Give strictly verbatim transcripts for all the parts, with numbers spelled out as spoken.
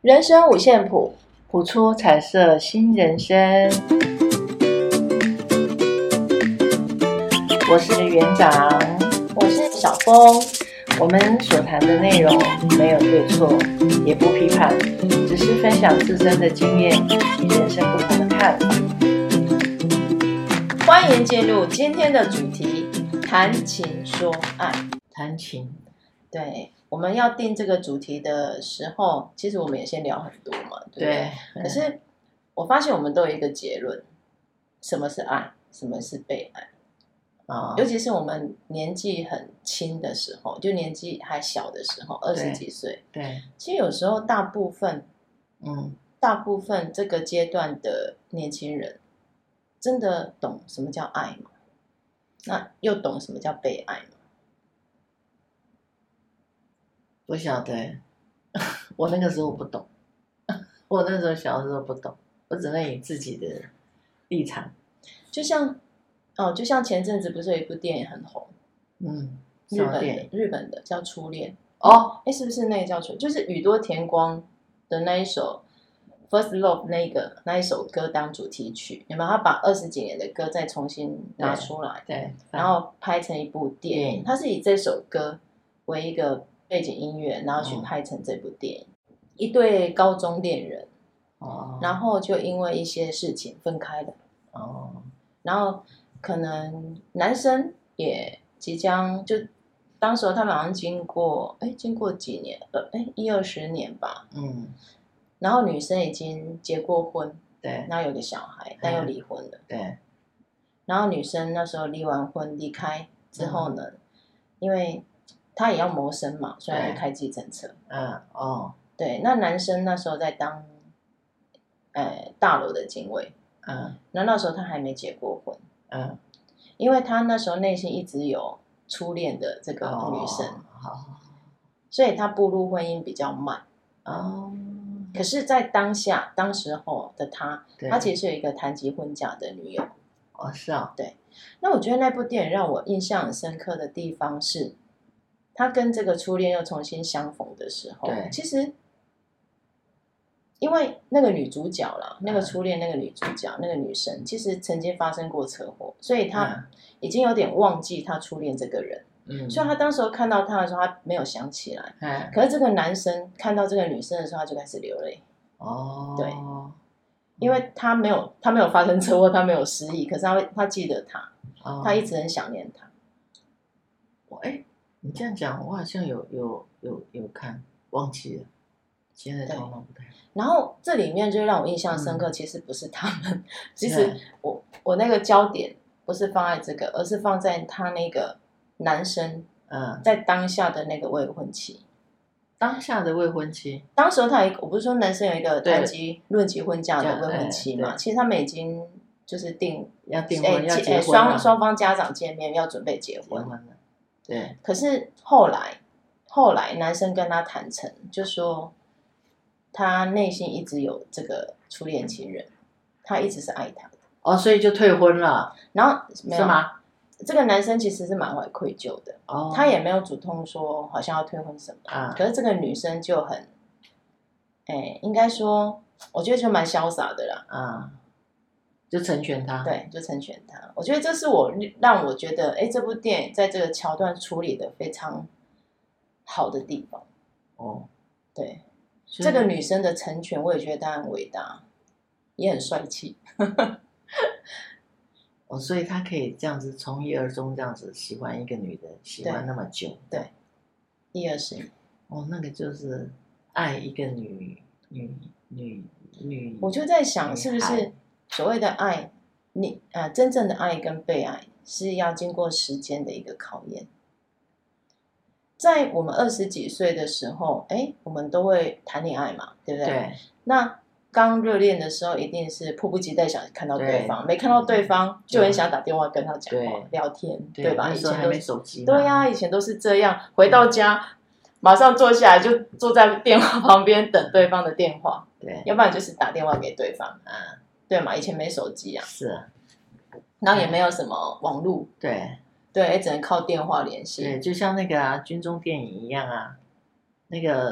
人生五线谱， 谱出彩色新人生。我是园长， 我是小峰。 我们所谈的内容没有对错，也不批判，只是分享自身的经验及人生不同的看法。 欢迎进入今天的主题：谈情说爱。 谈情， 对，我们要定这个主题的时候，其实我们也先聊很多嘛，对不对？ 对。 可是我发现我们都有一个结论：什么是爱，什么是被爱。 哦、 尤其是我们年纪很轻的时候，就年纪还小的时候，二十几岁， 对， 其实有时候大部分， 嗯， 大部分这个阶段的年轻人，真的懂什么叫爱吗？那又懂什么叫被爱吗？ 不晓得，我那个时候不懂，我那时候小的时候不懂，我只能以自己的立场， 就像哦，就像前阵子不是有一部电影很红， 嗯， 日本的日本的叫《初恋》 哦， 哎，是不是那个叫初？就是宇多田光的那一首《First Love》那个那一首歌当主题曲，有没有？他把二十几年的歌再重新拿出来， 对，对然后拍成一部电影。他是以这首歌为一个背景音乐，然后去拍成这部电影。嗯、一对高中恋人， 哦， 然后就因为一些事情分开了， 哦， 然后可能男生也即将就。当时他们好像经过，哎，经过几年，呃，哎，一二十年吧， 嗯， 然后女生已经结过婚， 对， 然后有个小孩，但又离婚了， 对， 然后女生那时候离完婚离开之后呢，嗯、因为她也要谋生嘛，所以她就开计程车， 嗯，哦， 对，那男生那时候在当，呃，大楼的警卫， 嗯， 那那时候他还没结过婚， 嗯， 因为他那时候内心一直有初恋的这个女生， 哦、 所以他步入婚姻比较慢。 哦， 可是，在当下、当时候的他，他其实有一个谈及婚嫁的女友。 哦，是啊， 对。那我觉得那部电影让我印象很深刻的地方是，他跟这个初恋又重新相逢的时候， 对， 其实因为那个女主角啦，那个初恋那个女主角，那个女生，其实曾经发生过车祸，所以她已经有点忘记她初恋这个人。嗯，所以他当时候看到他的时候，他没有想起来。嗯，可是这个男生看到这个女生的时候，他就开始流泪。哦，对，因为他没有他没有发生车祸，他没有失忆，可是他他记得他，哦、他一直很想念他。 我哎，你这样讲，我好像有有有有看，忘记了，现在头脑不太。 然后这里面就让我印象深刻，嗯、其实不是他们，其实我我那个焦点不是放在这个，而是放在他那个。男生，嗯，在当下的那个未婚妻， 当下的未婚妻， 当时他有，我不是说男生有一个谈及论及婚嫁的未婚妻嘛？其实他们已经就是订要订婚，要结婚了， 双双方家长见面，要准备结婚了。对。 可是后来，后来男生跟他坦诚，就说他内心一直有这个初恋情人，他一直是爱他的。 哦，所以就退婚了。 然后没有是吗？ 这个男生其实是满怀愧疚的，哦、他也没有主动说好像要退婚什么，啊、可是这个女生就很，哎，应该说，我觉得就蛮潇洒的啦， 啊，就成全他， 对，就成全他。我觉得这是我让我觉得，哎，这部电影在这个桥段处理的非常好的地方。哦，对，这个女生的成全，我也觉得她很伟大，也很帅气。 哦，所以他可以这样子从一而终，这样子喜欢一个女的，喜欢那么久， 对，一二十年。 哦，那个就是爱一个女女女女。 我就在想，是不是所谓的爱，你啊、呃，真正的爱跟被爱是要经过时间的一个考验。在我们二十几岁的时候，哎，我们都会谈恋爱嘛，对不对？ 对。 那刚热恋的时候，一定是迫不及待想看到对方，对没看到对方就很想打电话跟他讲话、聊天， 对, 对吧？ 那时候还没手机。 对呀、啊，以前都是这样，回到家马上坐下来就坐在电话旁边等对方的电话， 对， 要不然就是打电话给对方，嗯，对嘛？以前没手机啊， 是啊， 然后也没有什么网络， 对对，也只能靠电话联系。 对，就像那个啊，军中电影一样啊，那个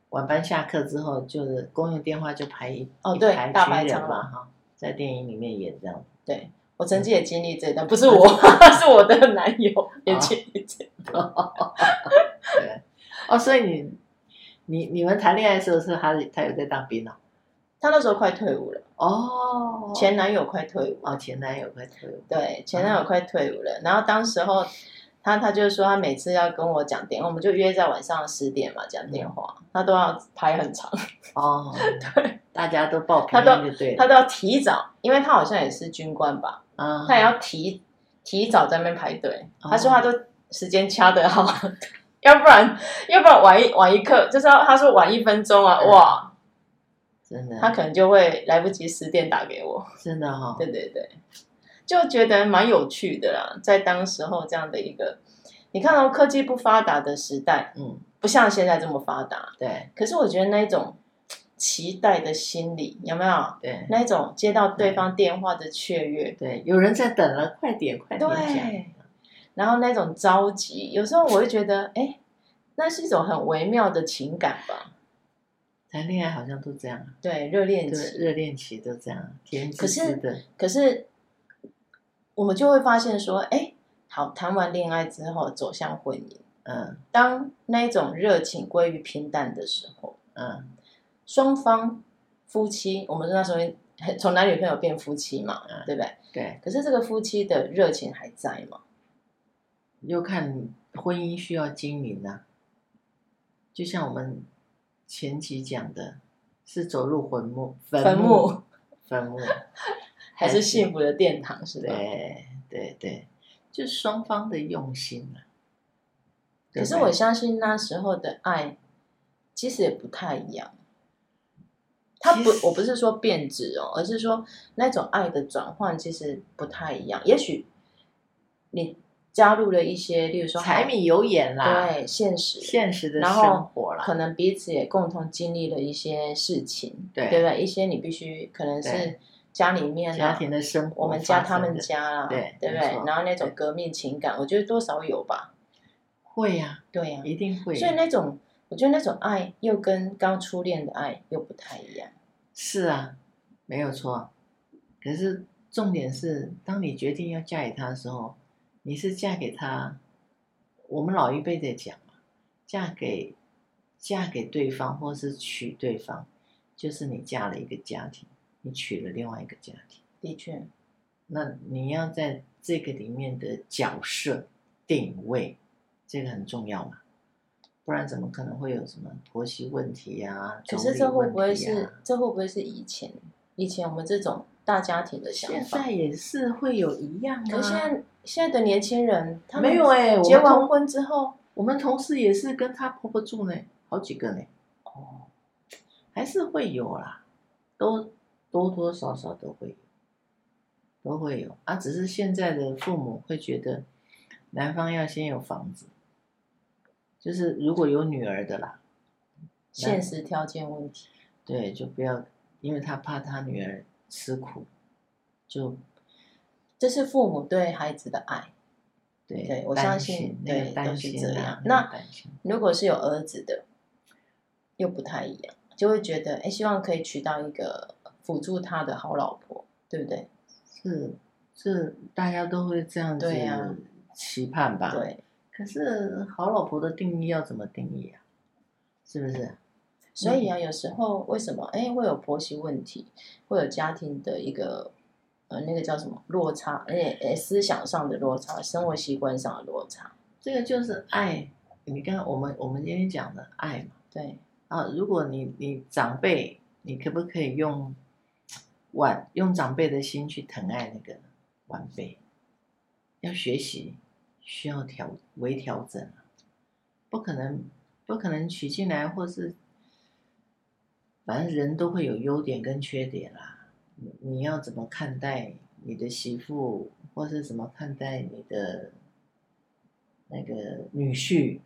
晚班下课之后，就是公用电话就排一哦，对， 一排大排群人长龙嘛哈，在电影里面演这样。 对，我曾经也经历这段，不是我，是我的男友也经历这段。 对，哦，所以你你你们谈恋爱的时候是他他有在当兵哦？ 他那时候快退伍了。 哦， 前男友快退伍了。 哦，前男友快退伍。 对，前男友快退伍了，然后当时候他他就说他每次要跟我讲电话，我们就约在晚上十点嘛讲电话，嗯、他都要排很长。 哦， 对， 大家都报平安就对了。 他都要提早，因为他好像也是军官吧， 啊、 他也要提提早在那边排队。 哦、 他说他都时间掐得好，要不然要不然晚一晚一刻，就是他说晚一分钟啊，哇！ 真的， 他可能就会来不及十点打给我。 真的哈、哦， 对对对，就觉得蛮有趣的啦。在当时候这样的一个，你看到科技不发达的时代，嗯，不像现在这么发达， 对。 可是我觉得那一种期待的心理有没有？ 对， 那一种接到对方电话的雀跃， 对，有人在等了，快点快点讲。 然后那种着急，有时候我会觉得，哎，那是一种很微妙的情感吧。 谈恋爱好像都这样， 对，热恋期， 热恋期都这样，甜滋滋的。 可是，可是我们就会发现说，哎，好，谈完恋爱之后走向婚姻，嗯，当那种热情归于平淡的时候，嗯，双方夫妻，我们那时候从男女朋友变夫妻嘛，嗯、对不对？ 对。 可是这个夫妻的热情还在吗？ 又看婚姻需要经营啊，就像我们。前期讲的是走入坟墓， 坟墓， 坟墓， 还是幸福的殿堂，是吧？ 对对对，就双方的用心啊。 可是我相信那时候的爱，其实也不太一样。他不，我不是说变质哦，而是说那种爱的转换其实不太一样。也许你。加入了一些，例如说柴米油盐啦， 对，现实现实的生活啦， 可能彼此也共同经历了一些事情， 对对不对？一些你必须可能是家里面家庭的生活， 我们家他们家啦， 对对不对？然后那种革命情感，我觉得多少有吧。 会呀、 啊，对呀、啊， 一定会。 所以那种，我觉得那种爱又跟刚初恋的爱又不太一样。 是啊，没有错。可是重点是，当你决定要嫁给他的时候。你是嫁给他，我们老一辈在讲嘛，嫁给嫁给对方或是娶对方，就是你嫁了一个家庭，你娶了另外一个家庭。 的确， 那你要在这个里面的角色定位，这个很重要嘛，不然怎么可能会有什么婆媳问题啊？ 可是这会不会是、 啊、这会不会是以前以前我们这种大家庭的想法？ 现在也是会有一样啊。 可是现在现在的年轻人，他们没有哎、欸， 结完婚之后， 我们同事也是跟他婆婆住呢，好几个呢。哦，还是会有啦，都多多少少都会有，都会有啊。只是现在的父母会觉得，男方要先有房子，就是如果有女儿的啦， 现实条件问题， 对，就不要，因为他怕他女儿吃苦，就。 这是父母对孩子的爱， 对， 对我相信，对， 都是这样。 那如果是有儿子的，又不太一样，就会觉得，哎，希望可以娶到一个辅助他的好老婆，对不对？ 是，是大家都会这样子期盼吧？ 对。 可是好老婆的定义要怎么定义啊？是不是？ 所以啊，有时候为什么哎会有婆媳问题，会有家庭的一个。呃，那个叫什么落差？诶诶，思想上的落差，生活习惯上的落差， 这个就是爱。你看，我们我们今天讲的爱嘛， 对啊，如果你你长辈，你可不可以用晚用长辈的心去疼爱那个晚辈？要学习，需要调微调整啊，不可能不可能娶进来，或是反正人都会有优点跟缺点啦。你要怎么看待你的媳妇，或是怎么看待你的那个女婿，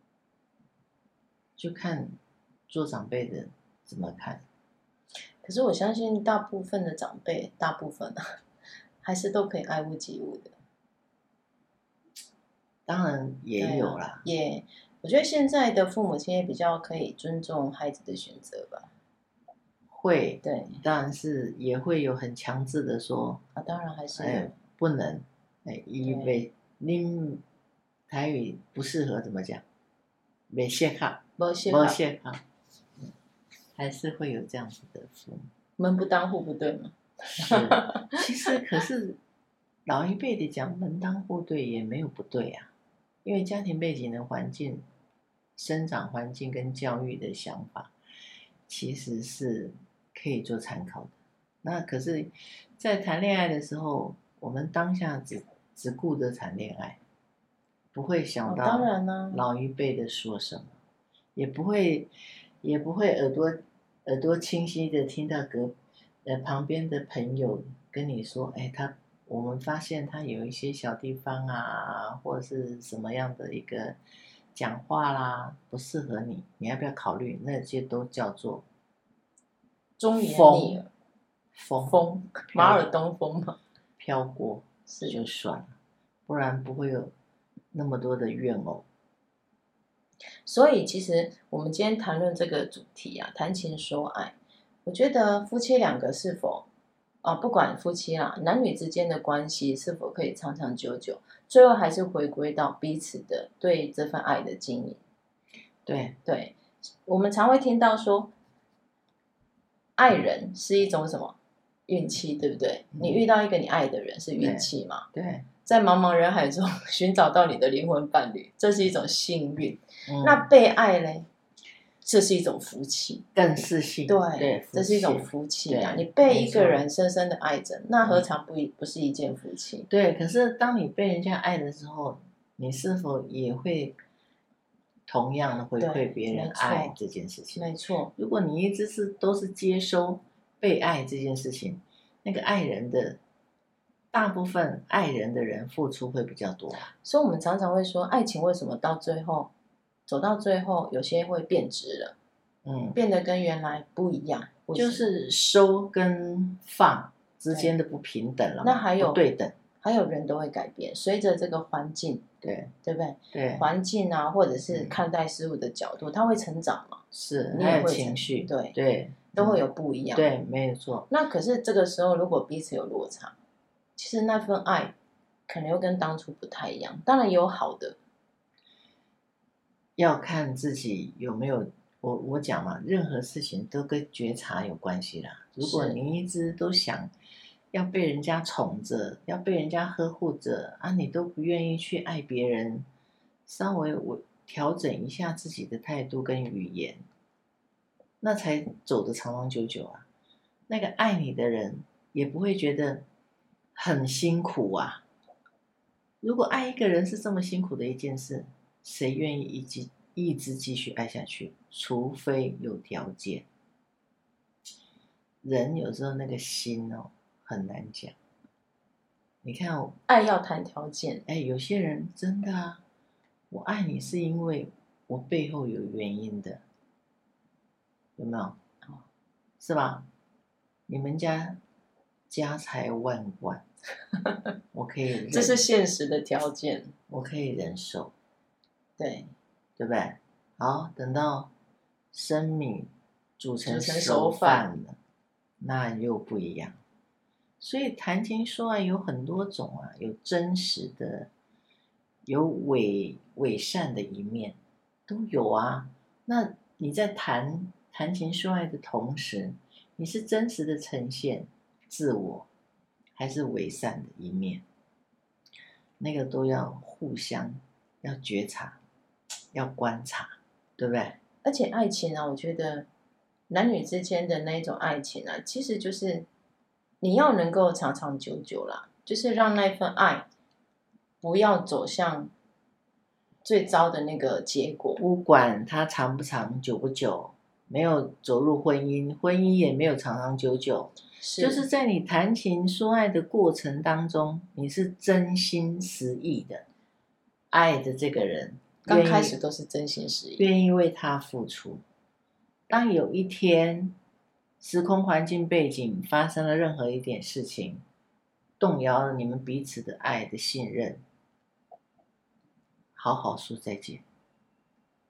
就看做长辈的怎么看。 可是我相信大部分的长辈，大部分啊，还是都可以爱屋及乌的。 当然也有啦， 也我觉得现在的父母亲也比较可以尊重孩子的选择吧。 会， 对， 当然是也会有很强制的说啊，当然还是有、 哎、不能，哎，因为您台语不适合怎么讲，没适合， 没适合， 没适合，还是会有这样子的父母。 门不当户不对嘛。 是，其实可是老一辈的讲门当户对也没有不对啊，因为家庭背景的环境、生长环境跟教育的想法，其实是可以做参考的。那可是，在谈恋爱的时候，我们当下只只顾着谈恋爱，不会想哦、当到然呢、 老一辈的说什么，也不会也不会耳朵耳朵清晰的听到隔呃旁边的朋友跟你说，哎，他我们发现他有一些小地方啊，或者是什么样的一个讲话啦不适合你，你要不要考虑？那些都叫做忠言逆耳， 风风马尔东风嘛， 飘过就算了，不然不会有那么多的怨偶。 所以其实我们今天谈论这个主题啊，谈情说爱，我觉得夫妻两个是否啊，不管夫妻啦，男女之间的关系是否可以长长久久，最后还是回归到彼此的对这份爱的经营。 对对，我们常会听到说，爱人是一种什么运气，对不对？ 嗯、 你遇到一个你爱的人是运气嘛？ 对。对， 在茫茫人海中寻找到你的灵魂伴侣，这是一种幸运。 嗯、 那被爱嘞，这是一种福气， 更是幸对， 对， 这是一种福气啊！ 对你被一个人深深的爱着，那何尝不一不是一件福气？ 对，可是当你被人家爱的时候，你是否也会同样的回馈别人爱这件事情？ 没错， 如果你一直是都是接收被爱这件事情，那个爱人的大部分爱人的人付出会比较多。 所以我们常常会说，爱情为什么到最后走到最后，有些会变质了，嗯，变得跟原来不一样， 就是收跟放之间的不平等了。 那还有不对等， 还有人都会改变，随着这个环境， 对对不对？ 对， 环境啊，或者是看待事物的角度，它会成长嘛？ 是， 你也会情绪， 对对， 都会有不一样。 对，没有错。 那可是这个时候，如果彼此有落差，其实那份爱可能又跟当初不太一样。当然也有好的， 要看自己有没有。我我讲嘛，任何事情都跟觉察有关系啦。如果你一直都想要被人家宠着，要被人家呵护着啊，你都不愿意去爱别人，稍微我调整一下自己的态度跟语言，那才走得长长久久啊。那个爱你的人也不会觉得很辛苦啊。如果爱一个人是这么辛苦的一件事，谁愿意一直一直继续爱下去？除非有条件。人有时候那个心哦，很难讲。你看、哦， 爱要谈条件。 哎，有些人真的啊，我爱你是因为我背后有原因的，有没有？是吧？你们家家财万贯，我可以忍， 这是现实的条件， 我可以忍受， 对， 对不对？好，等到生米煮成成熟饭了，那又不一样。所以谈情说爱有很多种啊，有真实的，有伪伪善的一面，都有啊。那你在谈谈情说爱的同时，你是真实的呈现自我，还是伪善的一面？那个都要互相要觉察，要观察，对不对？ 而且爱情啊，我觉得男女之间的那种爱情啊，其实就是你要能够长长久久啦，就是让那份爱不要走向最糟的那个结果。 不管它长不长、久不久，没有走入婚姻，婚姻也没有长长久久。是就是在你谈情说爱的过程当中，你是真心实意的爱的这个人， 刚开始都是真心实意， 愿意为他付出。当有一天时空环境背景发生了任何一点事情，动摇了你们彼此的爱的信任，好好说再见。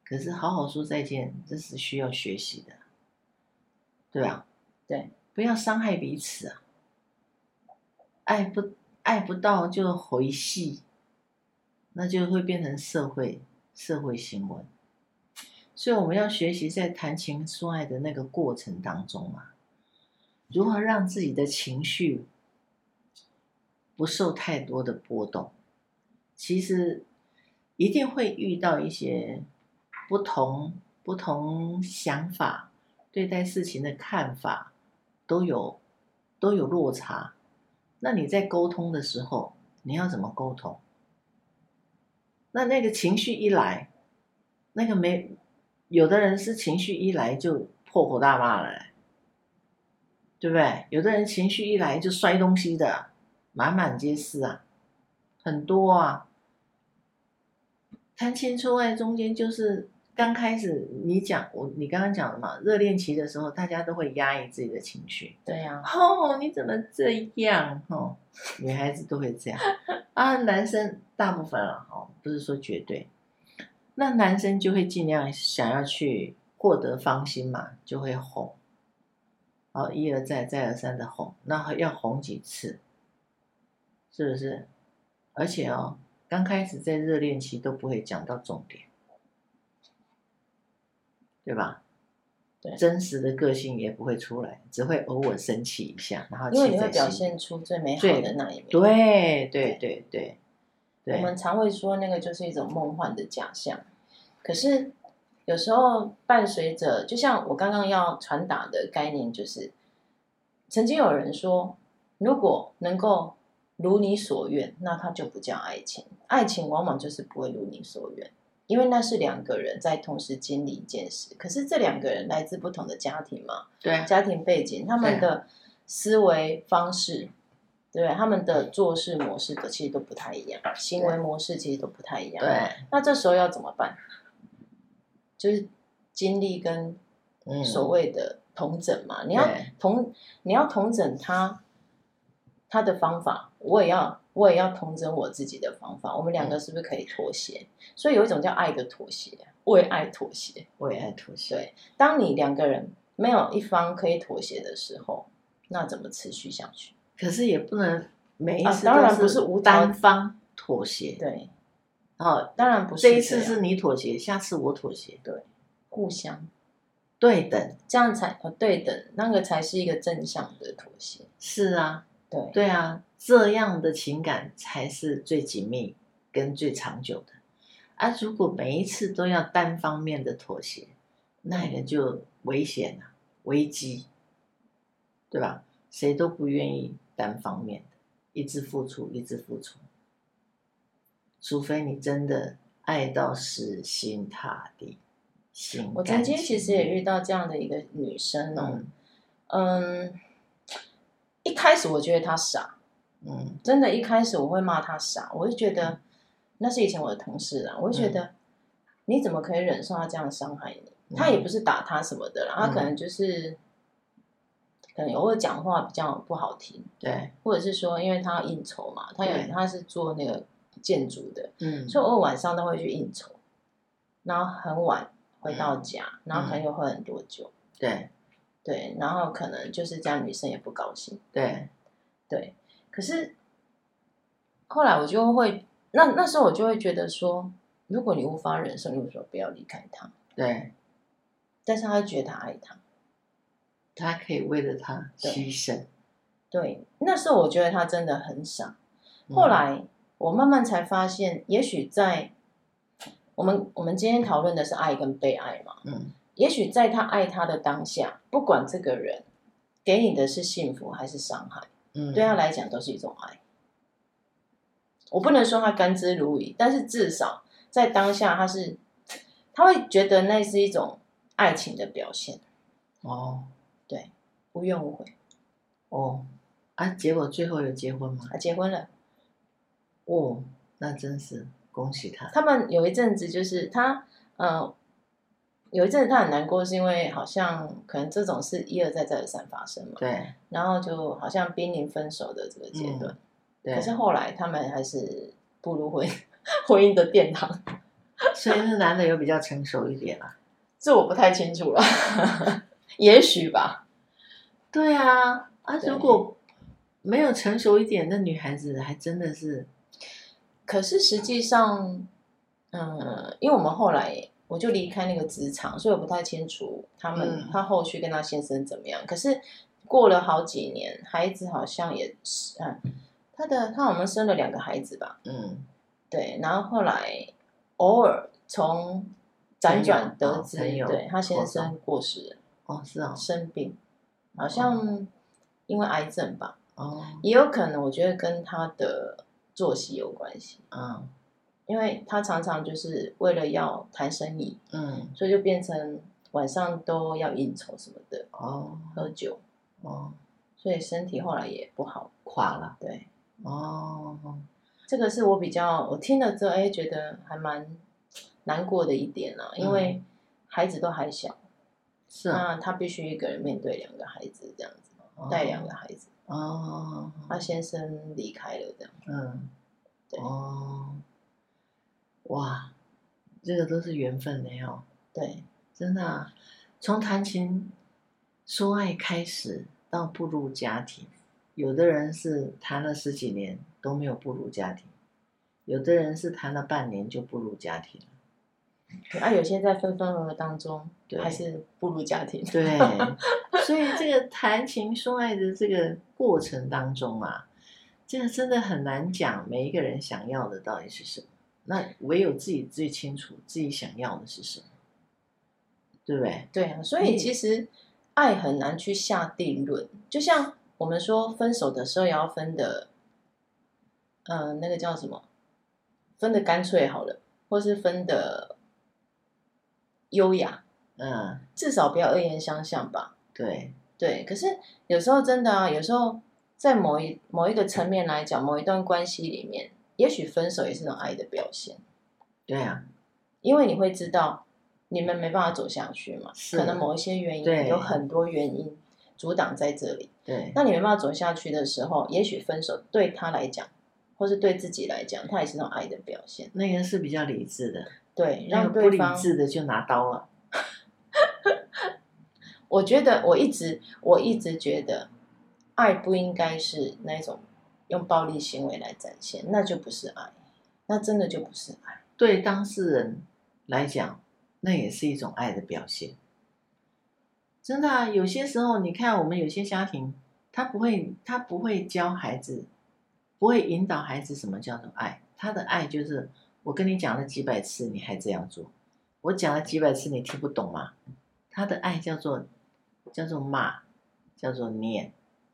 可是好好说再见，这是需要学习的，对吧？ 对， 不要伤害彼此啊！爱不爱不到就回戏，那就会变成社会社会新闻。所以我们要学习在谈情说爱的那个过程当中啊，如何让自己的情绪不受太多的波动。其实一定会遇到一些不同不同想法，对待事情的看法都有都有落差。那你在沟通的时候，你要怎么沟通？那那个情绪一来，那个没有的人是情绪一来就破口大骂了，对不对？有的人情绪一来就摔东西的，满满皆是啊，很多啊。谈情说爱中间就是刚开始你讲我你刚刚讲的嘛，热恋期的时候大家都会压抑自己的情绪。 对呀、 啊，哦，你怎么这样？哦，女孩子都会这样啊，男生大部分了哈，不是说绝对。那男生就会尽量想要去获得芳心嘛，就会哄，好，一而再再而三的哄，那要哄几次，是不是？而且哦，刚开始在热恋期都不会讲到重点，对吧？ 对， 真实的个性也不会出来，只会偶尔生气一下，然后因为你会气在心里表现出最美好的那一面。 对对对对对， 我们常会说那个就是一种梦幻的假象，可是有时候伴随着，就像我刚刚要传达的概念，就是曾经有人说，如果能够如你所愿，那它就不叫爱情。爱情往往就是不会如你所愿，因为那是两个人在同时经历一件事，可是这两个人来自不同的家庭嘛， 对， 家庭背景，他们的思维方式，对，他们的做事模式的其实都不太一样，行为模式其实都不太一样。 对， 那这时候要怎么办？就是经历跟所谓的同整嘛， 嗯、 你要同你要同整他他的方法，我也要我也要同整我自己的方法，我们两个是不是可以妥协？嗯、所以有一种叫爱的妥协，为爱妥协， 为爱妥协。 对，当你两个人没有一方可以妥协的时候，那怎么持续下去？ 可是也不能每一次当然不是无单方妥协， 对， 哦， 当然不是这一次是你妥协，下次我妥协， 对，互相对等， 这样才哦对等，那个才是一个正向的妥协。 是啊， 对对啊，这样的情感才是最紧密跟最长久的。啊，如果每一次都要单方面的妥协，那个就危险了，危机，对吧？谁都不愿意单方面的，一直付出，一直付出，除非你真的爱到死心塌地。心我曾经其实也遇到这样的一个女生哦，嗯，嗯一开始我觉得她傻，嗯，真的，一开始我会骂她傻，我就觉得那是以前我的同事啊，我就觉得、嗯、你怎么可以忍受她这样伤害你？嗯、她也不是打她什么的啦，她可能就是。嗯可能偶尔讲话比较不好听， 对， 或者是说，因为他要应酬嘛，他有他是做那个建筑的， 嗯， 所以偶尔晚上都会去应酬，然后很晚回到家，嗯、然后可能又喝很多酒， 对， 对，然后可能就是这样，女生也不高兴， 对， 对，可是后来我就会，那那时候我就会觉得说，如果你无法忍受，你为什么不要离开他？ 对， 但是他觉得他爱他。 他可以为了他牺牲， 对，那时候我觉得他真的很傻。后来我慢慢才发现，也许在我们我们今天讨论的是爱跟被爱嘛，嗯，也许在他爱他的当下，不管这个人给你的是幸福还是伤害，嗯，对他来讲都是一种爱。我不能说他甘之如饴，但是至少在当下，他是他会觉得那是一种爱情的表现。哦。对，无怨无悔。 哦，啊，结果最后有结婚吗？ 啊，结婚了。 哦，那真是恭喜他。 他们有一阵子就是他，呃，有一阵子他很难过，是因为好像可能这种事一而再再而三发生嘛。 对。 然后就好像濒临分手的这个阶段。嗯、对。可是后来他们还是步入婚婚姻的殿堂。 所以那男的有比较成熟一点啦。 这我不太清楚了，也许吧。 对啊，啊，如果没有成熟一点，那女孩子还真的是。 可是实际上，嗯，因为我们后来我就离开那个职场，所以我不太清楚他们、嗯、他后续跟他先生怎么样。可是过了好几年，孩子好像也是，嗯，他的他好像生了两个孩子吧， 嗯， 对。然后后来偶尔从辗转得知， 哦、 对他先生过世了， 哦，是哦， 生病，好像因为癌症吧， 哦， 也有可能我觉得跟他的作息有关系， 嗯， 因为他常常就是为了要谈生意， 嗯， 所以就变成晚上都要应酬什么的， 哦， 喝酒， 哦， 所以身体后来也不好， 垮了， 对， 哦， 这个是我比较我听了之后，哎，觉得还蛮难过的一点啊，因为孩子都还小， 是啊， 那他必须一个人面对两个孩子这样子，带两个孩子， 哦， 他先生离开了这样， 嗯， 对， 哦，哇，这个都是缘分的哦， 对， 真的啊，从谈情说爱开始到步入家庭，有的人是谈了十几年都没有步入家庭，有的人是谈了半年就步入家庭了。 啊，有些在分分合合当中还是步入家庭。 对，所以这个谈情说爱的这个过程当中啊，这个真的很难讲每一个人想要的到底是什么。那唯有自己最清楚自己想要的是什么，对不对？ 对啊，所以其实爱很难去下定论。就像我们说分手的时候也要分的，呃，那个叫什么？分的干脆好了，或是分的优雅， 嗯， 至少不要恶言相向吧。 对对，可是有时候真的啊，有时候在某一某一个层面来讲，某一段关系里面，也许分手也是一种爱的表现。 对啊， 因为你会知道你们没办法走下去嘛，可能某一些原因，有很多原因阻挡在这里。 对， 那你没办法走下去的时候，也许分手对他来讲，或是对自己来讲，他也是那种爱的表现。 那个是比较理智的， 对， 让对方不理智的就拿刀了。 我觉得我一直我一直觉得，爱不应该是那种用暴力行为来展现，那就不是爱，那真的就不是爱。 对当事人来讲，那也是一种爱的表现。真的啊，有些时候你看，我们有些家庭，他不会，他不会教孩子，不会引导孩子什么叫做爱。他的爱就是我跟你讲了几百次，你还这样做；我讲了几百次，你听不懂吗？他的爱叫做叫做骂，叫做念，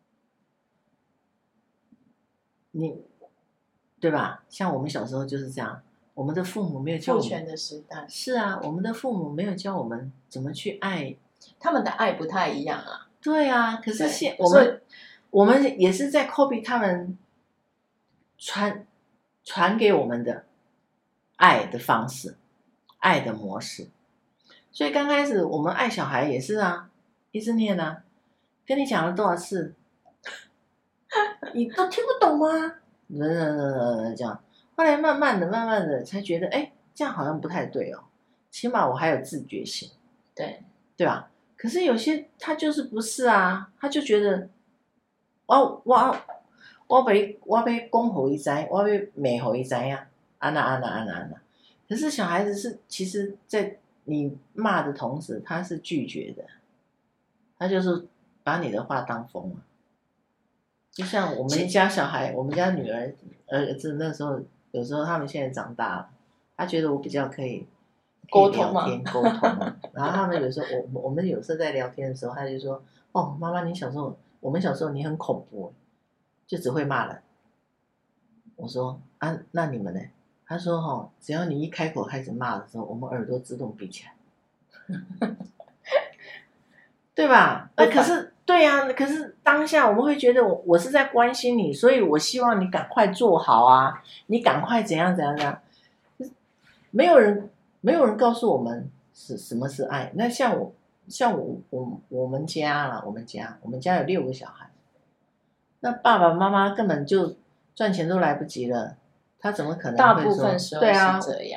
你对吧？像我们小时候就是这样，我们的父母没有教我们。 父权的时代。 是啊，我们的父母没有教我们怎么去爱。 他们的爱不太一样啊。 对啊，可是现我们我们也是在 copy 他们传传给我们的爱的方式，爱的模式。所以刚开始我们爱小孩也是啊，一直念啊，跟你讲了多少次，你都听不懂吗？这样，后来慢慢的、慢慢的才觉得，哎，这样好像不太对哦，起码我还有自觉性， 对对吧？可是有些他就是不是啊，他就觉得，我我我被我被讲好一知，我被美好一知呀，安娜安娜安娜安娜。可是小孩子是，其实，在你骂的同时，他是拒绝的，他就是把你的话当疯了。就像我们家小孩，我们家女儿儿子那时候，有时候他们现在长大了，他觉得我比较可以。 沟通嘛，沟通。然后他们有时候，我我们有时候在聊天的时候，他就说：“哦，妈妈，你小时候，我们小时候你很恐怖，就只会骂人。”我说：“啊，那你们呢？”他说：“哦，只要你一开口开始骂的时候，我们耳朵自动闭起来，对吧？那、呃、可是对呀、啊，可是当下我们会觉得我我是在关心你，所以我希望你赶快做好啊，你赶快怎样怎样怎样，没有人。”没有人告诉我们是什么是爱。那像我，像我，我我们家啦，我们家，我们家有六个小孩，那爸爸妈妈根本就赚钱都来不及了，他怎么可能会说？ 大部分时候是这样。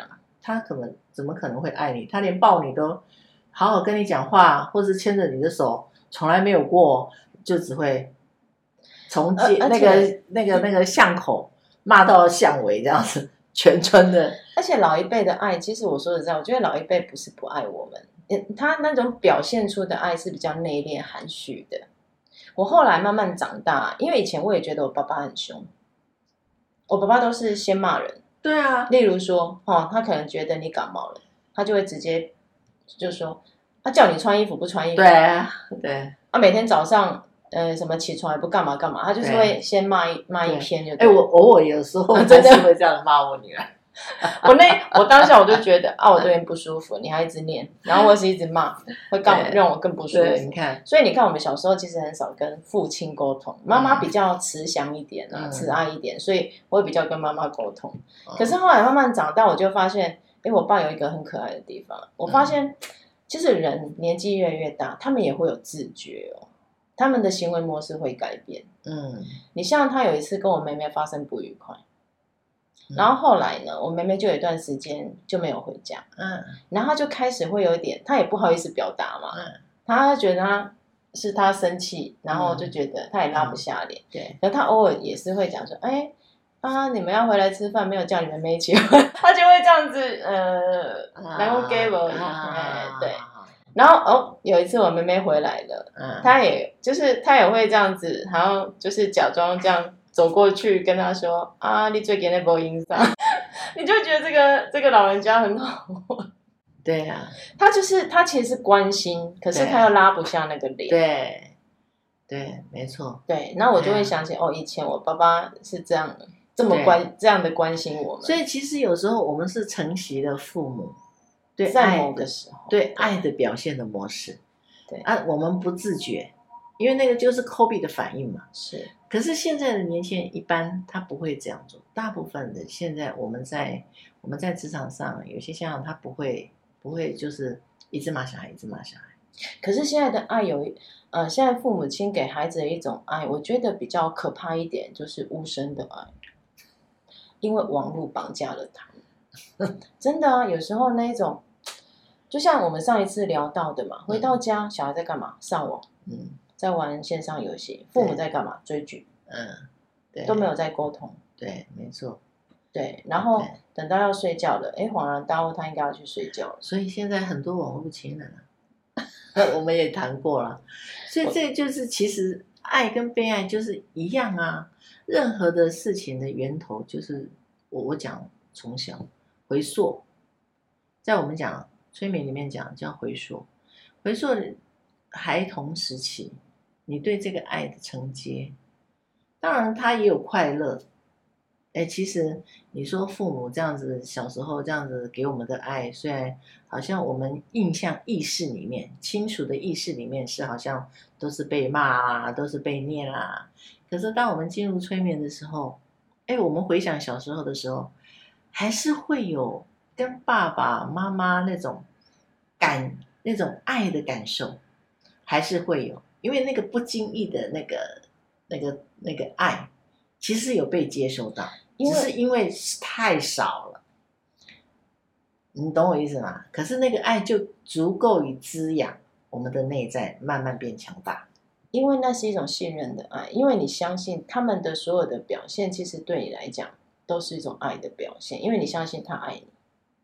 他可能怎么可能会爱你？他连抱你都好好跟你讲话，或是牵着你的手，从来没有过，就只会从街、呃、那个那个那个巷口骂到巷尾这样子，全村的。 而且老一辈的爱，其实我说实在，我觉得老一辈不是不爱我们，他那种表现出的爱是比较内敛含蓄的。我后来慢慢长大，因为以前我也觉得我爸爸很凶，我爸爸都是先骂人。 对啊， 例如说，哦，他可能觉得你感冒了，他就会直接就说，他、啊、叫你穿衣服不穿衣服， 对啊，对， 啊，每天早上呃什么起床也不干嘛干嘛，他就是会先骂一骂一篇就。 哎，我偶尔有时候真的会这样骂我女儿。 我那我当下我就觉得啊，我这边不舒服，你还一直念，然后我是一直骂，会让让我更不舒服。 你看， 所以你看，我们小时候其实很少跟父亲沟通，妈妈比较慈祥一点啊，嗯、慈爱一点，所以我会比较跟妈妈沟通。嗯、可是后来慢慢长大，我就发现，哎，我爸有一个很可爱的地方，我发现，嗯、其实人年纪越来越大，他们也会有自觉哦，他们的行为模式会改变。嗯，你像他有一次跟我妹妹发生不愉快。然后后来呢，我妹妹就有一段时间就没有回家，嗯，然后她就开始会有一点，她也不好意思表达嘛，嗯，她觉得她是她生气，然后就觉得她也拉不下脸，嗯、对，然后她偶尔也是会讲说，哎啊，你们要回来吃饭，没有叫你们妹一起回，她就会这样子，呃，然后给我，哎，对，然后哦，有一次我妹妹回来了，嗯，她也就是她也会这样子，然后就是假装这样。走过去跟他说啊，你最近在播音上，你就觉得这个这个老人家很好。 对啊， 他就是他其实是关心，可是他又拉不下那个脸。 对，对，没错。 对，然后我就会想起、啊、哦，以前我爸爸是这样的，这么关这样的关心我们。 所以其实有时候我们是承袭了父母对在某个时候对爱的表现的模式。 对啊，我们不自觉，因为那个就是 Kobe 的反应嘛。 是。 可是现在的年轻人一般他不会这样做，大部分的现在我们在我们在职场上，有些家长他不会不会就是一直骂小孩，一直骂小孩。 可是现在的爱有，呃，现在父母亲给孩子的一种爱，我觉得比较可怕一点，就是无声的爱，因为网络绑架了他们。真的啊，有时候那一种，就像我们上一次聊到的嘛，回到家，小孩在干嘛？上网。嗯。在玩线上游戏，父母在干嘛？追剧，嗯，对，都没有在沟通， 对，没错， 对，然后等到要睡觉了，哎，恍然大悟，他应该要去睡觉了。 所以现在很多网络情人啊，我们也谈过了，所以这就是其实爱跟被爱就是一样啊，任何的事情的源头就是我我讲从小回溯，在我们讲催眠里面讲叫回溯，回溯孩童时期。你对这个爱的承接，当然他也有快乐。哎，其实你说父母这样子小时候这样子给我们的爱，虽然好像我们印象意识里面清楚的意识里面是好像都是被骂啦，都是被念啦。可是当我们进入催眠的时候，哎，我们回想小时候的时候，还是会有跟爸爸妈妈那种感那种爱的感受，还是会有。因为那个不经意的那个、那个、那个爱，其实有被接收到，只是因为太少了，你懂我意思吗？可是那个爱就足够于滋养我们的内在，慢慢变强大。 因为那是一种信任的爱，因为你相信他们的所有的表现，其实对你来讲都是一种爱的表现，因为你相信他爱你。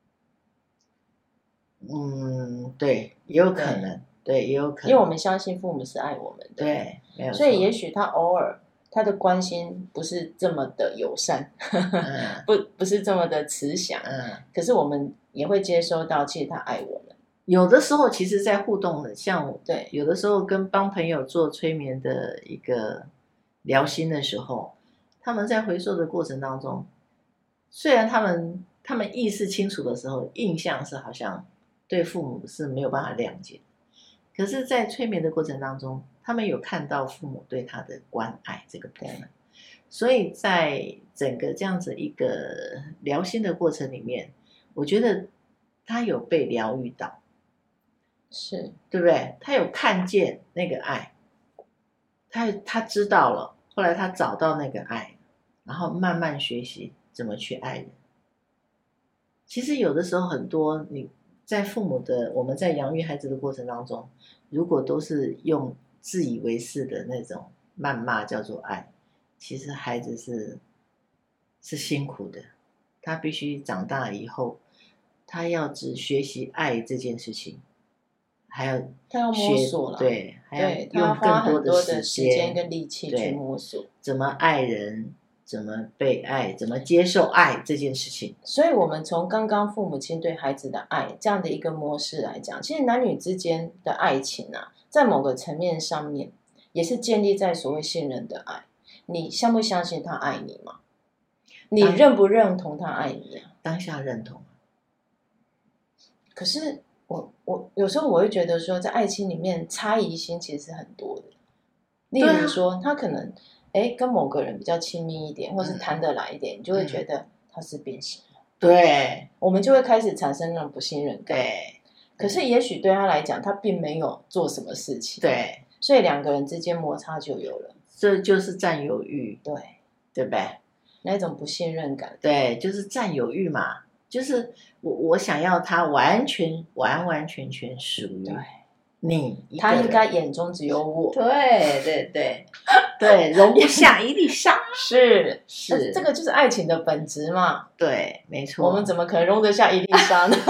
嗯，对，也有可能。对，也有可能， 因为我们相信父母是爱我们的， 对，没有错。 所以也许他偶尔他的关心不是这么的友善，嗯、不不是这么的慈祥，嗯，可是我们也会接收到，其实他爱我们。 有的时候，其实，在互动的，像对， 有的时候跟帮朋友做催眠的一个聊心的时候，他们在回溯的过程当中，虽然他们他们意识清楚的时候，印象是好像对父母是没有办法谅解。可是，在催眠的过程当中，他们有看到父母对他的关爱这个部分，所以在整个这样子一个疗心的过程里面，我觉得他有被疗愈到， 是对不对？他有看见那个爱，他他知道了，后来他找到那个爱，然后慢慢学习怎么去爱人。 其实有的时候很多你在父母的我们在养育孩子的过程当中，如果都是用自以为是的那种谩骂叫做爱，其实孩子是是辛苦的，他必须长大以后，他要只学习爱这件事情，还要他要摸索了， 对，还对， 要用更多的时时间跟力气去摸索， 怎么爱人，怎么被爱，怎么接受爱这件事情。 所以我们从刚刚父母亲对孩子的爱这样的一个模式来讲，其实男女之间的爱情啊，在某个层面上面也是建立在所谓信任的爱。你相不相信他爱你吗？你认不认同他爱你啊？ 当下认同。 可是我我有时候我会觉得说，在爱情里面差异性其实是很多的。例如说，啊、他可能哎跟某个人比较亲密一点，或是谈得来一点，嗯、你就会觉得他是变心了。 对， 我们就会开始产生那种不信任感。 对， 可是也许对他来讲，他并没有做什么事情。 对， 所以两个人之间摩擦就有了。 这就是占有欲。 对， 对不对？ 那种不信任感。 对，就是占有欲嘛。就是我我想要他完全完完全全属于你， 他应该眼中只有我。 对对对对，容不下一粒沙。 是是， 这个就是爱情的本质嘛。 对，没错。 我们怎么可能容得下一粒沙呢？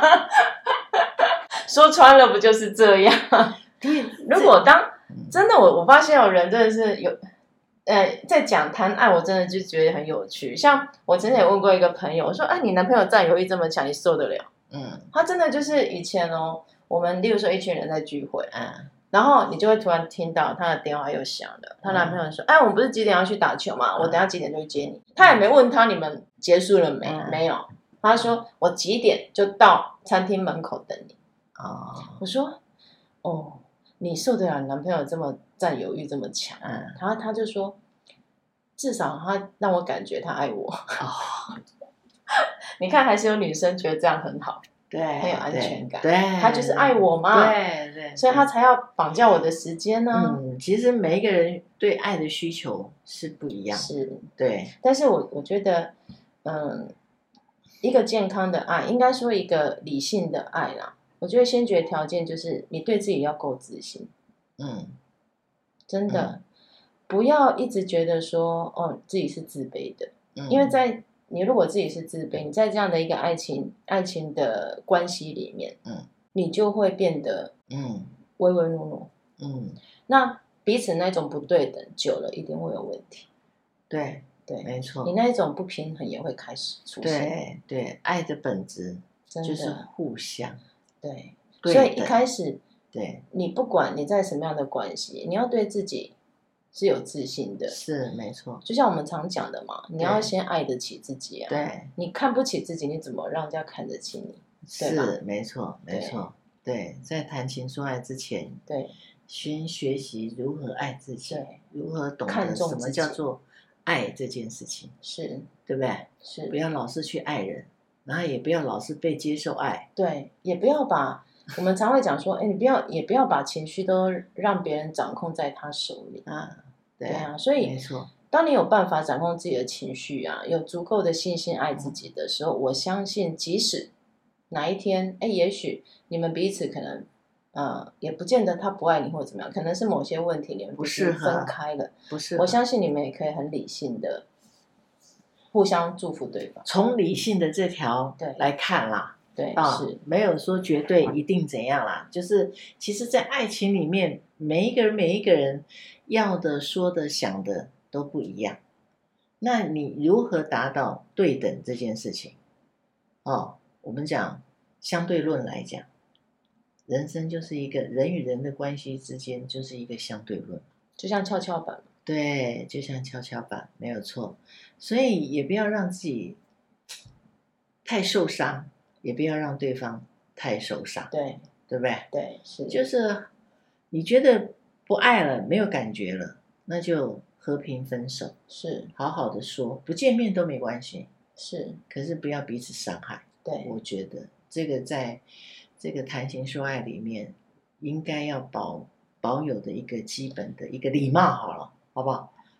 说穿了不就是这样？如果当真的我我发现有人真的是有。呃，在讲谈爱，我真的就觉得很有趣。像我之前也问过一个朋友，我说：“哎、啊，你男朋友占有欲这么强，你受得了？”嗯，他真的就是以前哦，我们例如说一群人在聚会，嗯，然后你就会突然听到他的电话又响了，他男朋友说：“哎、嗯，我们不是几点要去打球吗？我等下几点就去接你。”他也没问他你们结束了没，嗯、没有，他说：“我几点就到餐厅门口等你。”哦，我说：“哦。”你受得了你男朋友这么占有欲这么强？嗯，然后他就说，至少他让我感觉他爱我。哦，你看，还是有女生觉得这样很好， 对， 很有安全感。 对， 他就是爱我嘛， 对对， 所以他才要绑架我的时间呢、啊。 嗯，其实每一个人对爱的需求是不一样， 是， 对。 但是我我觉得，嗯，一个健康的爱，应该说一个理性的爱啦。我觉得先决条件就是你对自己要够自信，嗯，真的，嗯、不要一直觉得说哦自己是自卑的，嗯、因为在你如果自己是自卑，你在这样的一个爱情爱情的关系里面，嗯，你就会变得嗯唯唯诺诺，嗯，那彼此那种不对等久了一定会有问题， 对对， 没错， 你那一种不平衡也会开始出现， 对对，爱的本质就是互相。 对，所以一开始， 对， 你不管你在什么样的关系，你要对自己是有自信的， 是没错。 就像我们常讲的嘛，你要先爱得起自己啊。 对， 你看不起自己，你怎么让人家看得起你？ 是没错，没错。对，在谈情说爱之前， 对， 先学习如何爱自己，如何懂得什么叫做爱这件事情， 是对不对？ 是， 不要老是去爱人。然后也不要老是被接受爱， 对，也不要把我们常会讲说，哎，你不要，也不要把情绪都让别人掌控在他手里啊，对啊，所以没错， 当你有办法掌控自己的情绪啊，有足够的信心爱自己的时候，嗯、我相信，即使哪一天，哎，也许你们彼此可能，呃，也不见得他不爱你或者怎么样，可能是某些问题你们不适合分开了， 不是， 我相信你们也可以很理性的。互相祝福对方， 从理性的这条来看啦， 对， 啊， 是没有说绝对一定怎样啦，就是其实，在爱情里面，每一个人每一个人要的、说的、想的都不一样。那你如何达到对等这件事情？哦，我们讲相对论来讲，人生就是一个人与人的关系之间就是一个相对论， 就像跷跷板。 对，就像跷跷板，没有错。所以也不要让自己太受伤，也不要让对方太受伤， 对， 对不对？ 对，是。 就是你觉得不爱了，没有感觉了，那就和平分手， 是， 好好的说，不见面都没关系， 是。 可是不要彼此伤害。 对， 我觉得这个在这个谈情说爱里面，应该要保保有的一个基本的一个礼貌，好了。好不好？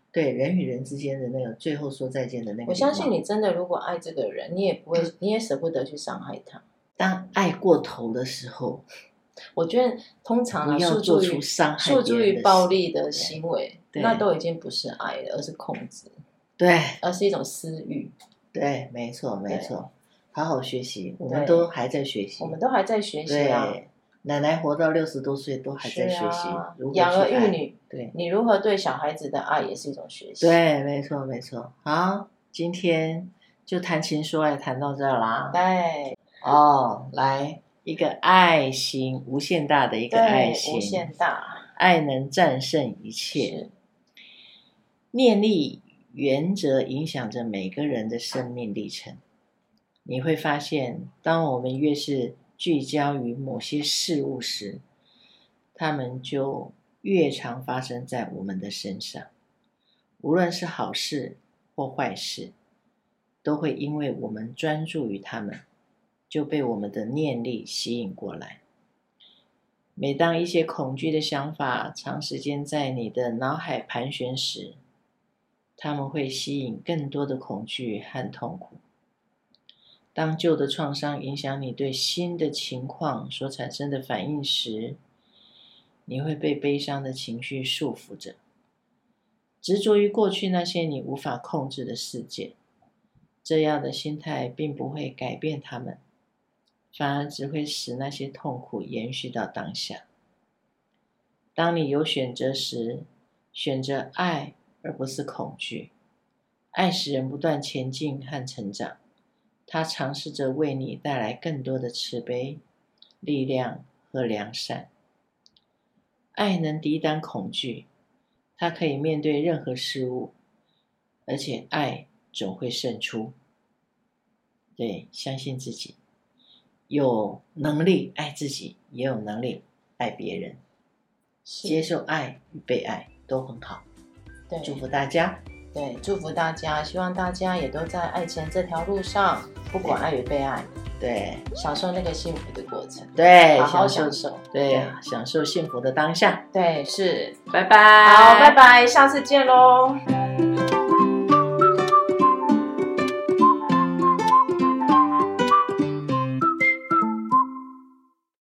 对人与人之间的那个最后说再见的那个， 我相信你真的如果爱这个人，你也不会，你也舍不得去伤害他。 当爱过头的时候， 我觉得通常不要做出伤害诉诸于暴力的行为，那都已经不是爱了，而是控制， 对， 而是一种私欲。 对，没错，没错。好好学习，我们都还在学习， 我们都还在学习啊。 对，奶奶活到六十多岁都还在学习， 啊、 如何养儿育女， 对， 你如何对小孩子的爱也是一种学习。 对，没错，没错。好，今天就谈情说爱谈到这儿啦。 对， 哦，来一个爱心，无限大的一个爱心， 无限大， 爱能战胜一切。念力原则影响着每个人的生命历程。你会发现，当我们越是聚焦于某些事物时，它们就越常发生在我们的身上。无论是好事或坏事，都会因为我们专注于它们，就被我们的念力吸引过来。每当一些恐惧的想法长时间在你的脑海盘旋时，它们会吸引更多的恐惧和痛苦。当旧的创伤影响你对新的情况所产生的反应时，你会被悲伤的情绪束缚着，执着于过去那些你无法控制的事件。这样的心态并不会改变它们，反而只会使那些痛苦延续到当下。当你有选择时，选择爱而不是恐惧。爱使人不断前进和成长，它尝试着为你带来更多的慈悲、力量和良善。爱能抵挡恐惧，它可以面对任何事物，而且爱总会胜出。对，相信自己，有能力爱自己，也有能力爱别人，接受爱与被爱都很好。 对， 祝福大家。 对，祝福大家，希望大家也都在爱情这条路上，不管爱与被爱， 对， 享受那个幸福的过程， 对， 好好享受， 对，对享受幸福的当下。 对，是， 拜拜， 好，拜拜，下次见喽。